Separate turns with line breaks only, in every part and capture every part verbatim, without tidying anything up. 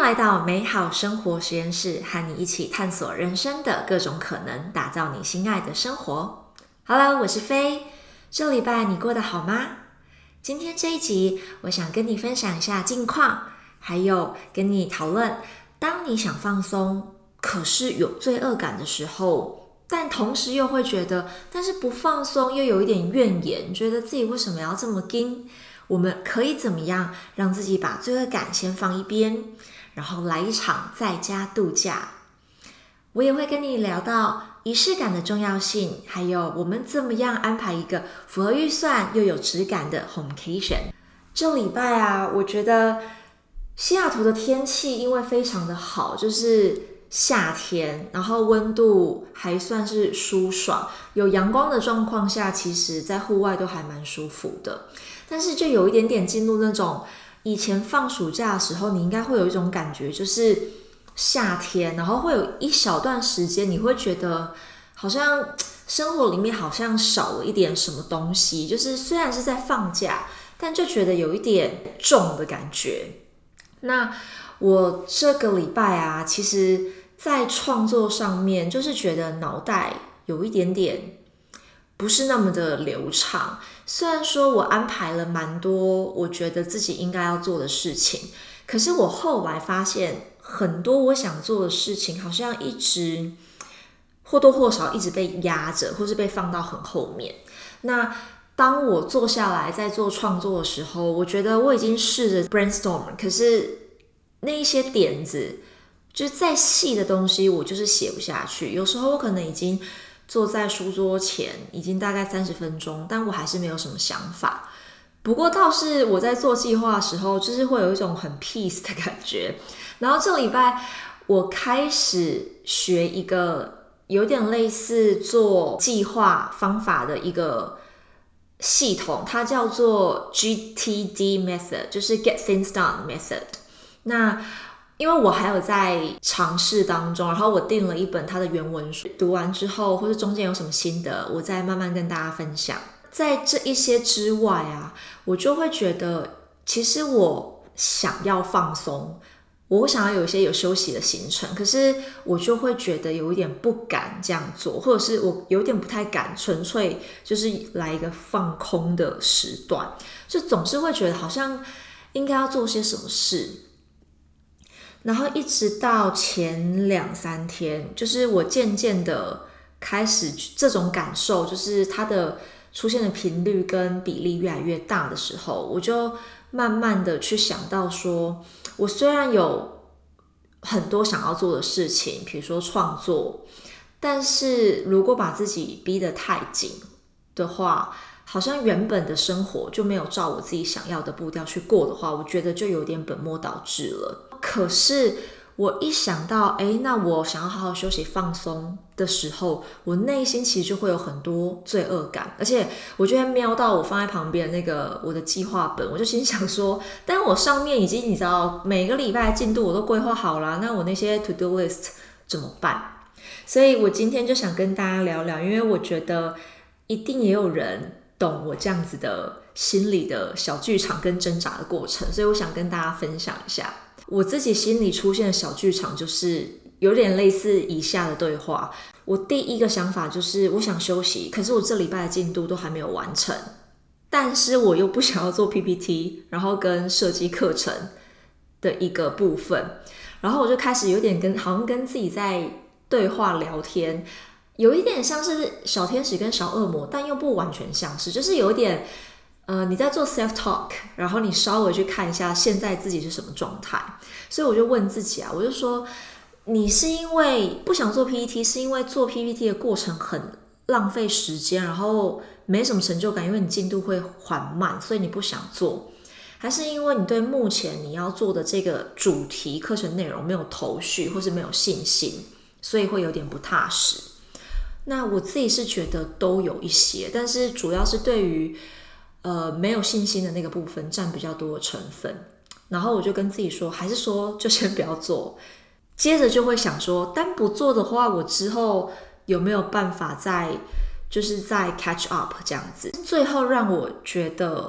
来到美好生活实验室，和你一起探索人生的各种可能，打造你心爱的生活。Hello， 我是飞，这礼拜你过得好吗？今天这一集，我想跟你分享一下近况，还有跟你讨论，当你想放松，可是有罪恶感的时候，但同时又会觉得，但是不放松又有一点怨言，觉得自己为什么要这么硬？我们可以怎么样让自己把罪恶感先放一边，然后来一场在家度假？我也会跟你聊到仪式感的重要性，还有我们怎么样安排一个符合预算又有质感的 homecation。这礼拜啊，我觉得西雅图的天气因为非常的好，就是夏天，然后温度还算是舒爽，有阳光的状况下，其实在户外都还蛮舒服的。但是就有一点点进入那种以前放暑假的时候，你应该会有一种感觉，就是夏天，然后会有一小段时间，你会觉得好像生活里面好像少了一点什么东西，就是虽然是在放假，但就觉得有一点重的感觉。那我这个礼拜啊，其实在创作上面，就是觉得脑袋有一点点不是那么的流畅。虽然说我安排了蛮多我觉得自己应该要做的事情，可是我后来发现很多我想做的事情好像一直或多或少一直被压着，或是被放到很后面。那当我坐下来在做创作的时候，我觉得我已经试着 brainstorm， 可是那一些点子就是再细的东西我就是写不下去。有时候我可能已经坐在书桌前已经大概三十分钟，但我还是没有什么想法。不过倒是我在做计划的时候，就是会有一种很 peace 的感觉。然后这礼拜我开始学一个有点类似做计划方法的一个系统，它叫做 G T D method， 就是 Get Things Done method。那因为我还有在尝试当中，然后我订了一本它的原文书，读完之后或是中间有什么心得，我再慢慢跟大家分享。在这一些之外啊，我就会觉得其实我想要放松，我想要有一些有休息的行程，可是我就会觉得有一点不敢这样做，或者是我有点不太敢纯粹就是来一个放空的时段，就总是会觉得好像应该要做些什么事。然后一直到前两三天，就是我渐渐的开始这种感受，就是它的出现的频率跟比例越来越大的时候，我就慢慢的去想到说，我虽然有很多想要做的事情，比如说创作，但是如果把自己逼得太紧的话，好像原本的生活就没有照我自己想要的步调去过的话，我觉得就有点本末倒置了。可是我一想到诶那我想要好好休息放松的时候，我内心其实就会有很多罪恶感，而且我就会瞄到我放在旁边那个我的计划本，我就心想说，但我上面已经你知道每个礼拜的进度我都规划好了，那我那些 to do list 怎么办？所以我今天就想跟大家聊聊，因为我觉得一定也有人懂我这样子的心理的小剧场跟挣扎的过程，所以我想跟大家分享一下我自己心里出现的小剧场，就是有点类似以下的对话。我第一个想法就是我想休息，可是我这礼拜的进度都还没有完成，但是我又不想要做 P P T 然后跟设计课程的一个部分，然后我就开始有点跟好像跟自己在对话聊天，有一点像是小天使跟小恶魔，但又不完全像是，就是有一点呃，你在做 self talk， 然后你稍微去看一下现在自己是什么状态。所以我就问自己啊，我就说你是因为不想做 P P T， 是因为做 P P T 的过程很浪费时间，然后没什么成就感，因为你进度会缓慢，所以你不想做，还是因为你对目前你要做的这个主题课程内容没有头绪，或是没有信心，所以会有点不踏实？那我自己是觉得都有一些，但是主要是对于呃没有信心的那个部分占比较多的成分。然后我就跟自己说，还是说就先不要做。接着就会想说，但不做的话，我之后有没有办法再就是再 catch up 这样子？最后让我觉得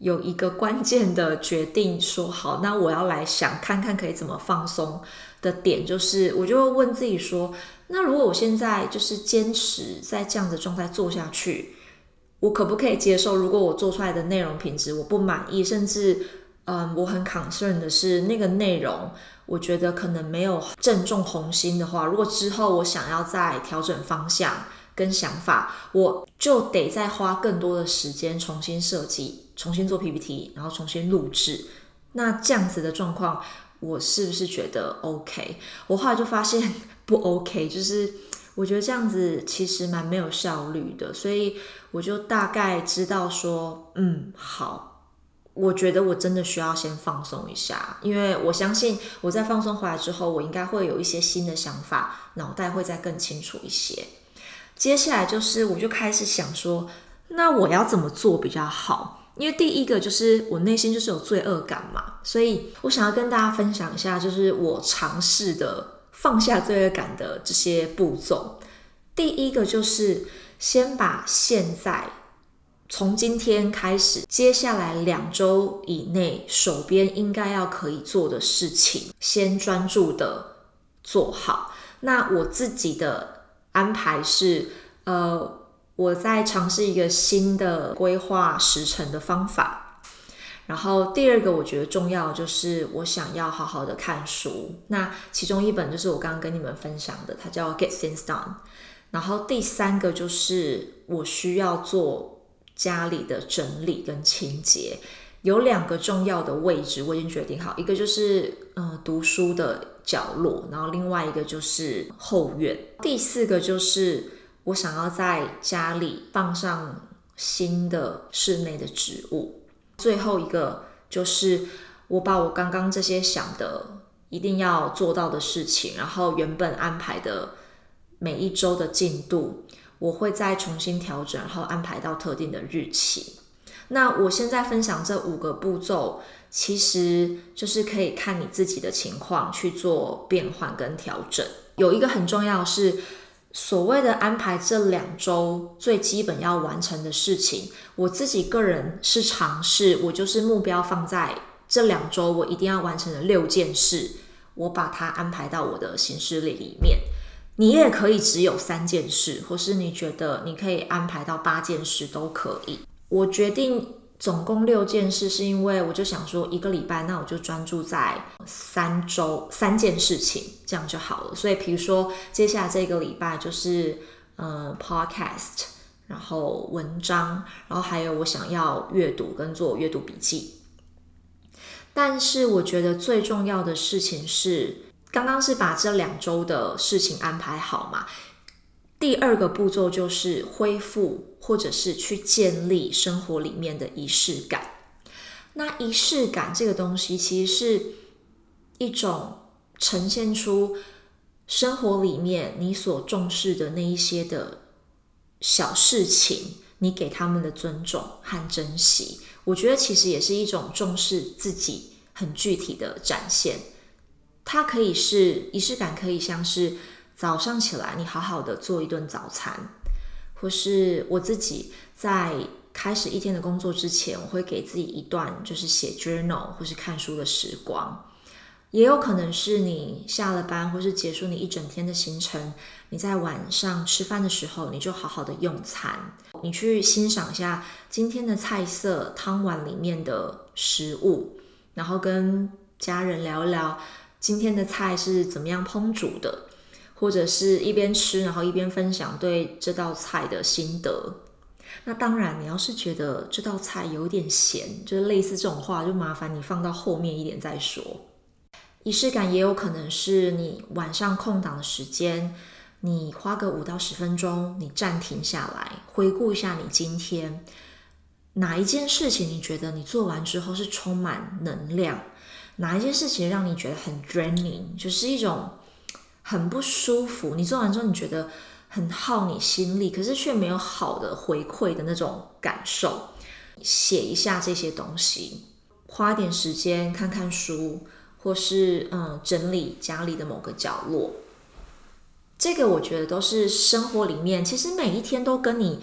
有一个关键的决定说好，那我要来想看看可以怎么放松的点，就是我就会问自己说，那如果我现在就是坚持在这样的状态做下去，我可不可以接受如果我做出来的内容品质我不满意，甚至嗯，我很 concern 的是那个内容我觉得可能没有正中红心的话，如果之后我想要再调整方向跟想法，我就得再花更多的时间重新设计，重新做 P P T， 然后重新录制。那这样子的状况我是不是觉得 OK？ 我后来就发现不 OK， 就是我觉得这样子其实蛮没有效率的，所以我就大概知道说嗯好，我觉得我真的需要先放松一下，因为我相信我在放松回来之后，我应该会有一些新的想法，脑袋会再更清楚一些。接下来就是我就开始想说，那我要怎么做比较好？因为第一个就是我内心就是有罪恶感嘛，所以我想要跟大家分享一下，就是我尝试的放下罪恶感的这些步骤。第一个就是先把现在从今天开始接下来两周以内手边应该要可以做的事情先专注的做好。那我自己的安排是呃，我在尝试一个新的规划时程的方法。然后第二个我觉得重要的就是我想要好好的看书，那其中一本就是我刚刚跟你们分享的，它叫 Get Things Done。然后第三个就是我需要做家里的整理跟清洁，有两个重要的位置我已经决定好，一个就是呃读书的角落，然后另外一个就是后院。第四个就是我想要在家里放上新的室内的植物。最后一个就是我把我刚刚这些想的一定要做到的事情，然后原本安排的每一周的进度，我会再重新调整，然后安排到特定的日期。那我现在分享这五个步骤，其实就是可以看你自己的情况去做变换跟调整。有一个很重要的是，所谓的安排这两周最基本要完成的事情，我自己个人是尝试，我就是目标放在这两周我一定要完成的六件事，我把它安排到我的行事历里面。你也可以只有三件事，或是你觉得你可以安排到八件事都可以。我决定总共六件事，是因为我就想说一个礼拜，那我就专注在三周三件事情，这样就好了。所以比如说接下来这个礼拜就是呃 podcast， 然后文章，然后还有我想要阅读跟做阅读笔记。但是我觉得最重要的事情是，刚刚是把这两周的事情安排好嘛，第二个步骤就是恢复或者是去建立生活里面的仪式感。那仪式感这个东西其实是一种呈现出生活里面你所重视的那一些的小事情，你给他们的尊重和珍惜，我觉得其实也是一种重视自己很具体的展现。它可以是仪式感，可以像是早上起来你好好的做一顿早餐，或是我自己在开始一天的工作之前，我会给自己一段就是写 journal 或是看书的时光。也有可能是你下了班或是结束你一整天的行程，你在晚上吃饭的时候，你就好好的用餐，你去欣赏一下今天的菜色，汤碗里面的食物，然后跟家人聊一聊今天的菜是怎么样烹煮的，或者是一边吃然后一边分享对这道菜的心得。那当然你要是觉得这道菜有点咸，就是类似这种话，就麻烦你放到后面一点再说。仪式感也有可能是你晚上空档的时间，你花个五到十分钟，你暂停下来，回顾一下你今天哪一件事情你觉得你做完之后是充满能量，哪一件事情让你觉得很 draining， 就是一种很不舒服，你做完之后你觉得很耗你心力，可是却没有好的回馈的那种感受。写一下这些东西，花点时间看看书，或是嗯整理家里的某个角落。这个我觉得都是生活里面，其实每一天都跟你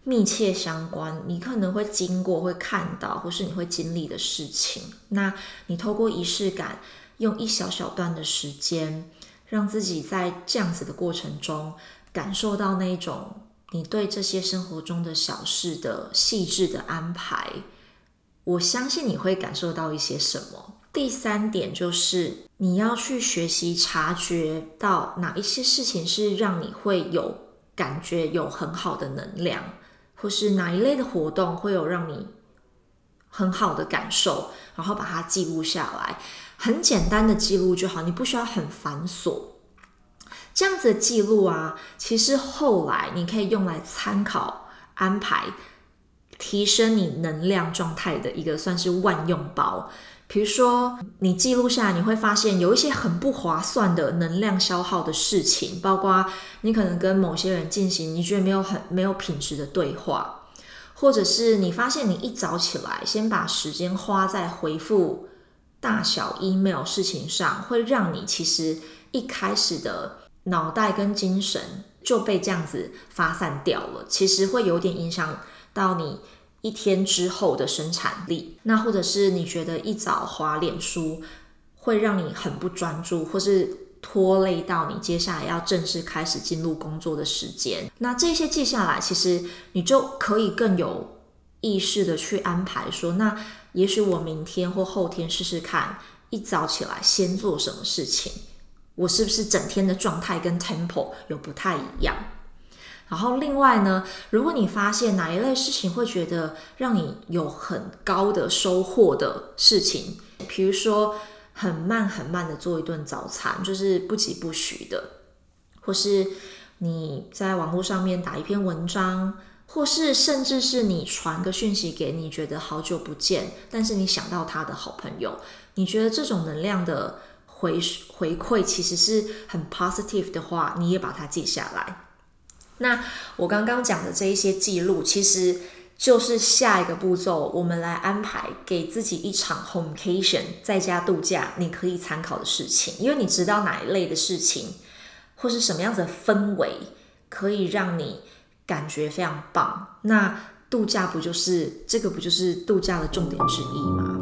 密切相关，你可能会经过、会看到，或是你会经历的事情。那你透过仪式感，用一小小段的时间，让自己在这样子的过程中，感受到那种你对这些生活中的小事的细致的安排，我相信你会感受到一些什么。第三点就是你要去学习察觉到哪一些事情是让你会有感觉有很好的能量，或是哪一类的活动会有让你很好的感受，然后把它记录下来。很简单的记录就好，你不需要很繁琐。这样子的记录啊，其实后来你可以用来参考安排提升你能量状态的一个算是万用包。比如说你记录下来，你会发现有一些很不划算的能量消耗的事情，包括你可能跟某些人进行你觉得没有很没有品质的对话，或者是你发现你一早起来先把时间花在回复大小 email 事情上，会让你其实一开始的脑袋跟精神就被这样子发散掉了，其实会有点影响到你一天之后的生产力。那或者是你觉得一早滑脸书会让你很不专注，或是拖累到你接下来要正式开始进入工作的时间，那这些记下来，其实你就可以更有意识的去安排说，那也许我明天或后天试试看，一早起来先做什么事情，我是不是整天的状态跟 tempo 有不太一样。然后另外呢，如果你发现哪一类事情会觉得让你有很高的收获的事情，比如说很慢很慢的做一顿早餐，就是不疾不徐的，或是你在网络上面打一篇文章，或是甚至是你传个讯息给你觉得好久不见但是你想到他的好朋友，你觉得这种能量的回回馈其实是很 positive 的话，你也把它记下来。那我刚刚讲的这一些记录，其实就是下一个步骤，我们来安排给自己一场 homecation 在家度假你可以参考的事情。因为你知道哪一类的事情或是什么样子的氛围可以让你感觉非常棒，那度假不就是这个不就是度假的重点之一吗？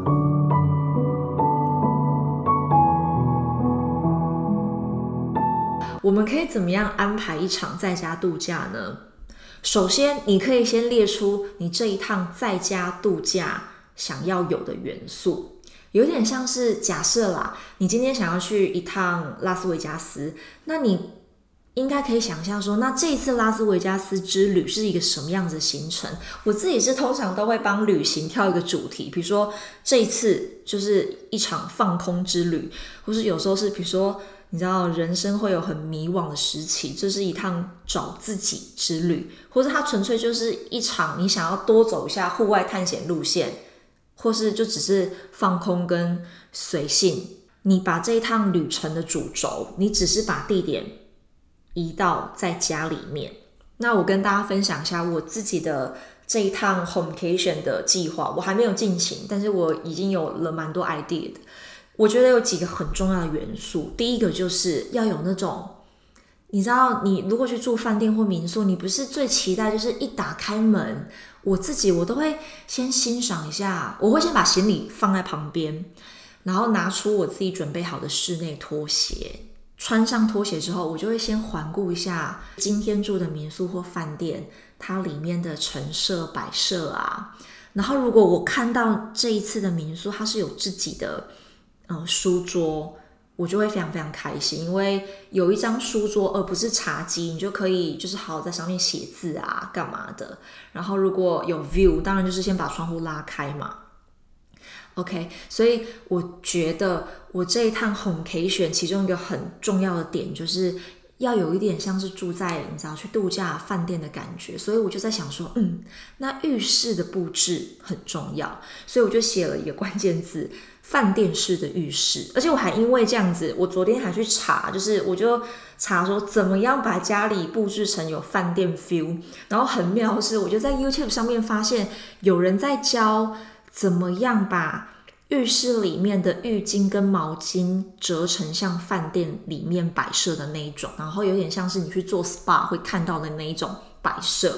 我们可以怎么样安排一场在家度假呢？首先你可以先列出你这一趟在家度假想要有的元素，有点像是假设啦，你今天想要去一趟拉斯维加斯，那你应该可以想象说，那这一次拉斯维加斯之旅是一个什么样子的行程。我自己是通常都会帮旅行挑一个主题，比如说这一次就是一场放空之旅，或是有时候是比如说你知道人生会有很迷惘的时期，这是一趟找自己之旅，或者它纯粹就是一场你想要多走一下户外探险路线，或是就只是放空跟随性。你把这一趟旅程的主轴，你只是把地点移到在家里面。那我跟大家分享一下我自己的这一趟 homecation 的计划，我还没有进行，但是我已经有了蛮多 idea 的。我觉得有几个很重要的元素，第一个就是要有那种，你知道你如果去住饭店或民宿，你不是最期待就是一打开门，我自己我都会先欣赏一下，我会先把行李放在旁边，然后拿出我自己准备好的室内拖鞋，穿上拖鞋之后，我就会先环顾一下今天住的民宿或饭店，它里面的陈设摆设啊。然后如果我看到这一次的民宿它是有自己的呃书桌，我就会非常非常开心，因为有一张书桌而不是茶几，你就可以就是好好在上面写字啊干嘛的。然后如果有 view， 当然就是先把窗户拉开嘛。OK， 所以我觉得我这一趟 homecation 其中一个很重要的点就是要有一点像是住在你知道去度假饭店的感觉，所以我就在想说，嗯，那浴室的布置很重要，所以我就写了一个关键字，饭店式的浴室。而且我还因为这样子，我昨天还去查，就是我就查说怎么样把家里布置成有饭店 feel， 然后很妙的是，我就在 YouTube 上面发现有人在教怎么样把浴室里面的浴巾跟毛巾折成像饭店里面摆设的那一种，然后有点像是你去做 S P A 会看到的那一种摆设。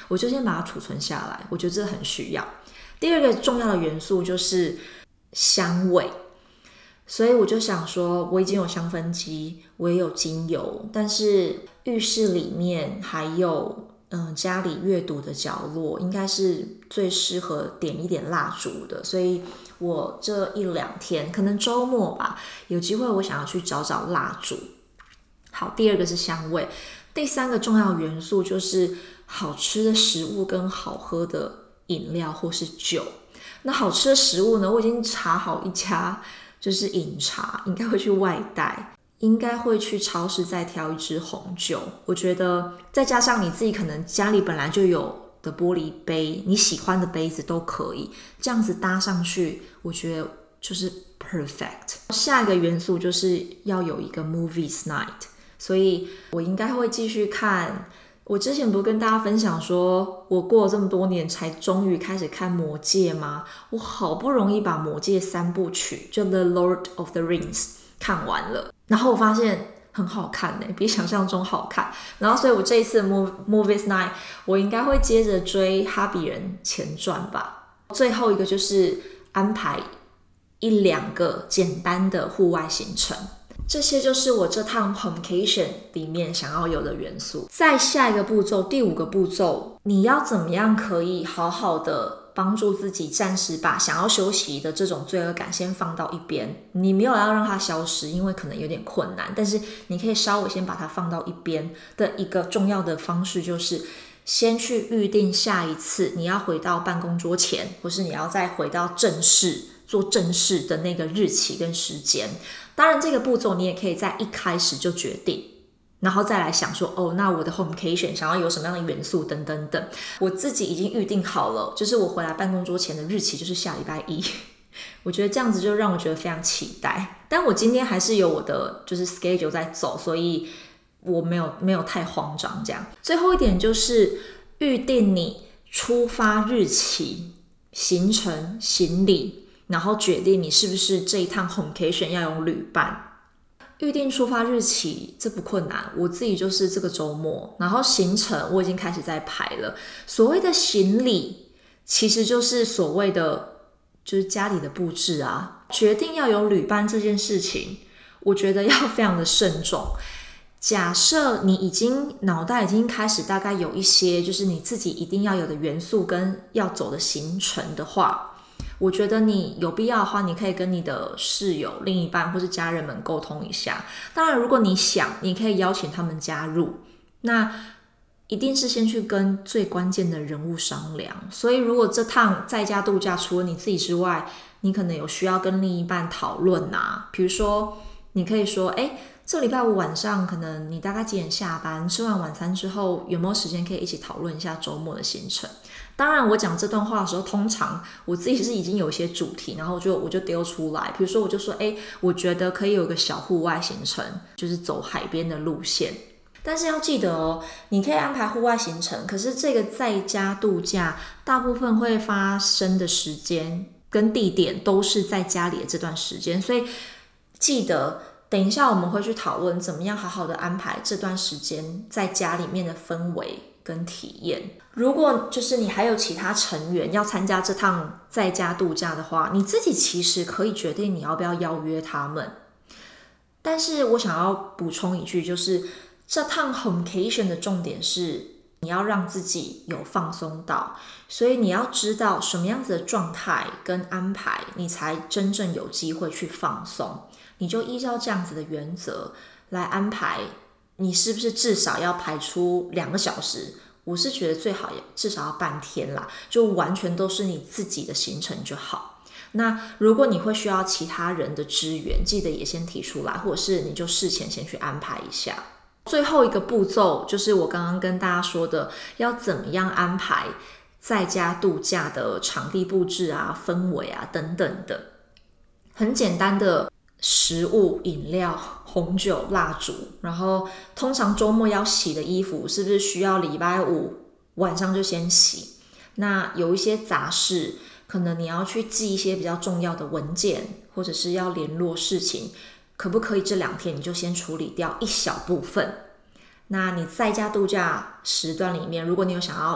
我就先把它储存下来，我觉得这很需要。第二个重要的元素就是香味，所以我就想说，我已经有香氛机，我也有精油，但是浴室里面还有嗯家里阅读的角落，应该是最适合点一点蜡烛的，所以我这一两天，可能周末吧，有机会我想要去找找蜡烛。好，第二个是香味，第三个重要元素就是好吃的食物跟好喝的饮料或是酒。那好吃的食物呢，我已经查好一家就是饮茶，应该会去外带，应该会去超市再挑一支红酒。我觉得再加上你自己可能家里本来就有的玻璃杯，你喜欢的杯子都可以，这样子搭上去，我觉得就是 perfect。 下一个元素就是要有一个 movies night， 所以我应该会继续看。我之前不是跟大家分享说我过了这么多年才终于开始看魔戒吗？我好不容易把魔戒三部曲就 The Lord of the Rings 看完了，然后我发现很好看耶，比想象中好看。然后所以我这一次 Movies Night 我应该会接着追哈比人前传吧。最后一个就是安排一两个简单的户外行程，这些就是我这趟 Homecation 里面想要有的元素。再下一个步骤，第五个步骤，你要怎么样可以好好的帮助自己暂时把想要休息的这种罪恶感先放到一边。你没有要让它消失，因为可能有点困难，但是你可以稍微先把它放到一边的一个重要的方式，就是先去预定下一次你要回到办公桌前，或是你要再回到正式做正事的那个日期跟时间。当然这个步骤你也可以在一开始就决定，然后再来想说，哦，那我的 Homecation 想要有什么样的元素等等等。我自己已经预定好了，就是我回来办公桌前的日期就是下礼拜一。我觉得这样子就让我觉得非常期待。但我今天还是有我的就是 schedule 在走，所以我没有没有太慌张这样。最后一点就是预定你出发日期、行程、行李，然后决定你是不是这一趟 Homecation 要有旅伴。预定出发日期这不困难，我自己就是这个周末，然后行程我已经开始在排了。所谓的行李其实就是所谓的就是家里的布置啊。决定要有旅伴这件事情，我觉得要非常的慎重。假设你已经脑袋已经开始大概有一些就是你自己一定要有的元素跟要走的行程的话，我觉得你有必要的话，你可以跟你的室友、另一半或是家人们沟通一下。当然如果你想，你可以邀请他们加入，那一定是先去跟最关键的人物商量。所以如果这趟在家度假除了你自己之外，你可能有需要跟另一半讨论啊，比如说你可以说，诶，这礼拜五晚上可能你大概几点下班，吃完晚餐之后有没有时间可以一起讨论一下周末的行程。当然我讲这段话的时候，通常我自己是已经有一些主题，然后我就我就丢出来，比如说我就说，诶，我觉得可以有一个小户外行程，就是走海边的路线。但是要记得哦，你可以安排户外行程，可是这个在家度假大部分会发生的时间跟地点都是在家里的这段时间，所以记得等一下我们会去讨论怎么样好好的安排这段时间在家里面的氛围跟体验。如果就是你还有其他成员要参加这趟在家度假的话，你自己其实可以决定你要不要邀约他们。但是我想要补充一句，就是这趟 Homecation 的重点是你要让自己有放松到，所以你要知道什么样子的状态跟安排你才真正有机会去放松。你就依照这样子的原则来安排，你是不是至少要排出两个小时？我是觉得最好也至少要半天啦，就完全都是你自己的行程就好。那如果你会需要其他人的支援，记得也先提出来，或者是你就事前先去安排一下。最后一个步骤就是我刚刚跟大家说的，要怎么样安排在家度假的场地布置啊、氛围啊等等的。很简单的食物、饮料、红酒、蜡烛，然后通常周末要洗的衣服是不是需要礼拜五晚上就先洗？那有一些杂事，可能你要去寄一些比较重要的文件，或者是要联络事情，可不可以这两天你就先处理掉一小部分？那你在家度假时段里面，如果你有想要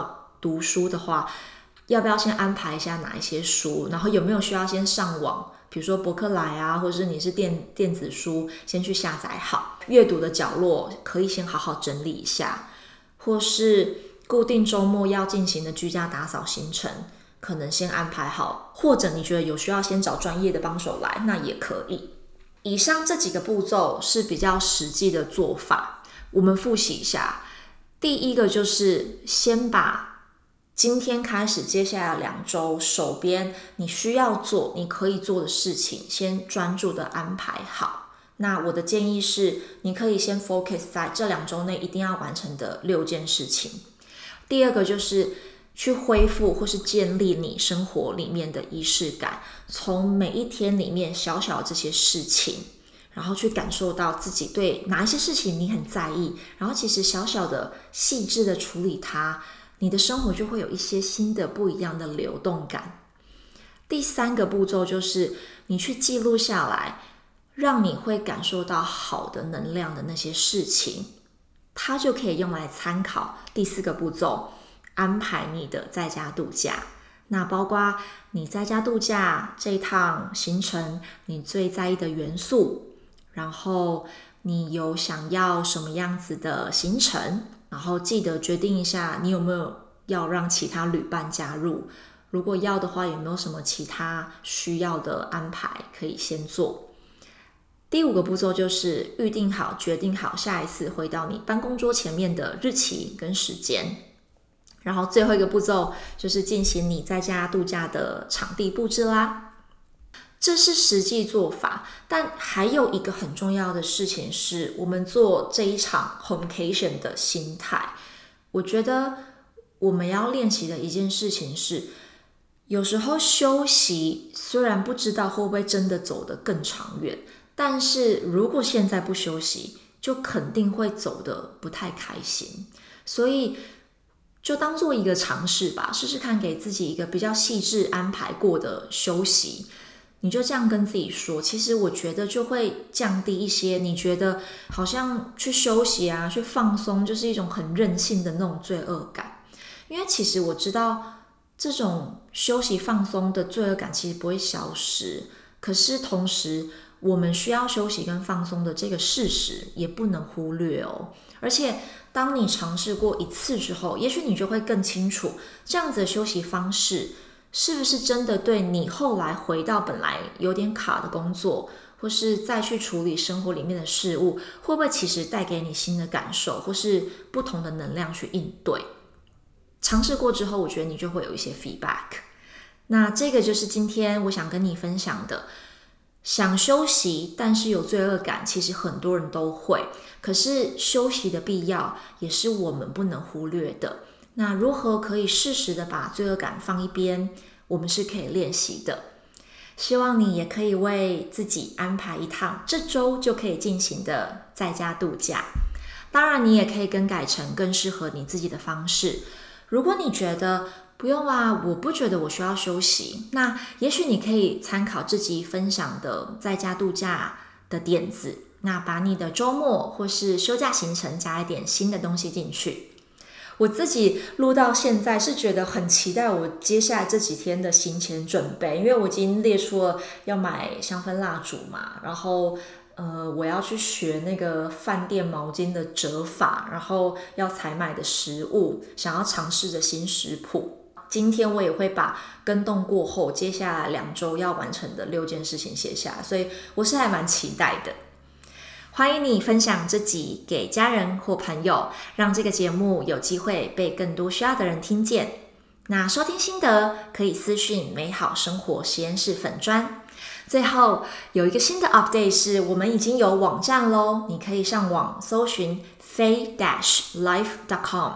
读书的话，要不要先安排一下哪一些书，然后有没有需要先上网，比如说博客来啊，或者是你是电电子书，先去下载好。阅读的角落可以先好好整理一下，或是固定周末要进行的居家打扫行程，可能先安排好，或者你觉得有需要先找专业的帮手来，那也可以。以上这几个步骤是比较实际的做法，我们复习一下。第一个就是先把今天开始接下来两周手边你需要做你可以做的事情先专注的安排好。那我的建议是你可以先 focus 在这两周内一定要完成的六件事情。第二个就是去恢复或是建立你生活里面的仪式感，从每一天里面小小这些事情，然后去感受到自己对哪一些事情你很在意，然后其实小小的细致的处理它，你的生活就会有一些新的不一样的流动感。第三个步骤就是你去记录下来，让你会感受到好的能量的那些事情，它就可以用来参考第四个步骤，安排你的在家度假。那包括你在家度假这一趟行程，你最在意的元素，然后你有想要什么样子的行程，然后记得决定一下你有没有要让其他旅伴加入，如果要的话有没有什么其他需要的安排可以先做。第五个步骤就是预定好决定好下一次回到你办公桌前面的日期跟时间。然后最后一个步骤就是进行你在家度假的场地布置啦。这是实际做法，但还有一个很重要的事情是我们做这一场 homecation 的心态。我觉得我们要练习的一件事情是，有时候休息虽然不知道会不会真的走得更长远，但是如果现在不休息，就肯定会走得不太开心。所以就当做一个尝试吧，试试看给自己一个比较细致安排过的休息。你就这样跟自己说，其实我觉得就会降低一些你觉得好像去休息啊去放松就是一种很任性的那种罪恶感。因为其实我知道这种休息放松的罪恶感其实不会消失，可是同时我们需要休息跟放松的这个事实也不能忽略哦。而且当你尝试过一次之后，也许你就会更清楚这样子的休息方式是不是真的对你后来回到本来有点卡的工作，或是再去处理生活里面的事物，会不会其实带给你新的感受，或是不同的能量去应对。尝试过之后，我觉得你就会有一些 feedback。 那这个就是今天我想跟你分享的。想休息但是有罪恶感，其实很多人都会，可是休息的必要也是我们不能忽略的。那如何可以适时的把罪恶感放一边，我们是可以练习的。希望你也可以为自己安排一趟这周就可以进行的在家度假。当然你也可以更改成更适合你自己的方式。如果你觉得不用啊，我不觉得我需要休息，那也许你可以参考自己分享的在家度假的点子，那把你的周末或是休假行程加一点新的东西进去。我自己录到现在是觉得很期待我接下来这几天的行前准备，因为我已经列出了要买香氛蜡烛嘛，然后呃，我要去学那个饭店毛巾的折法，然后要采买的食物，想要尝试的新食谱。今天我也会把更动过后接下来两周要完成的六件事情写下来，所以我是还蛮期待的。欢迎你分享这集给家人或朋友，让这个节目有机会被更多需要的人听见。那收听心得可以私讯美好生活实验室粉专。最后有一个新的 update 是我们已经有网站咯，你可以上网搜寻 fay life dot com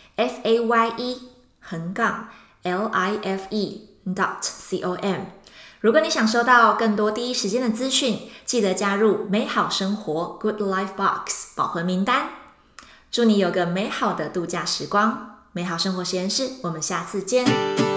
F A Y E 横杠 L I F E dot C O M。 如果你想收到更多第一时间的资讯，记得加入美好生活 Good Life Box 保存名单。祝你有个美好的度假时光。美好生活实验室，我们下次见。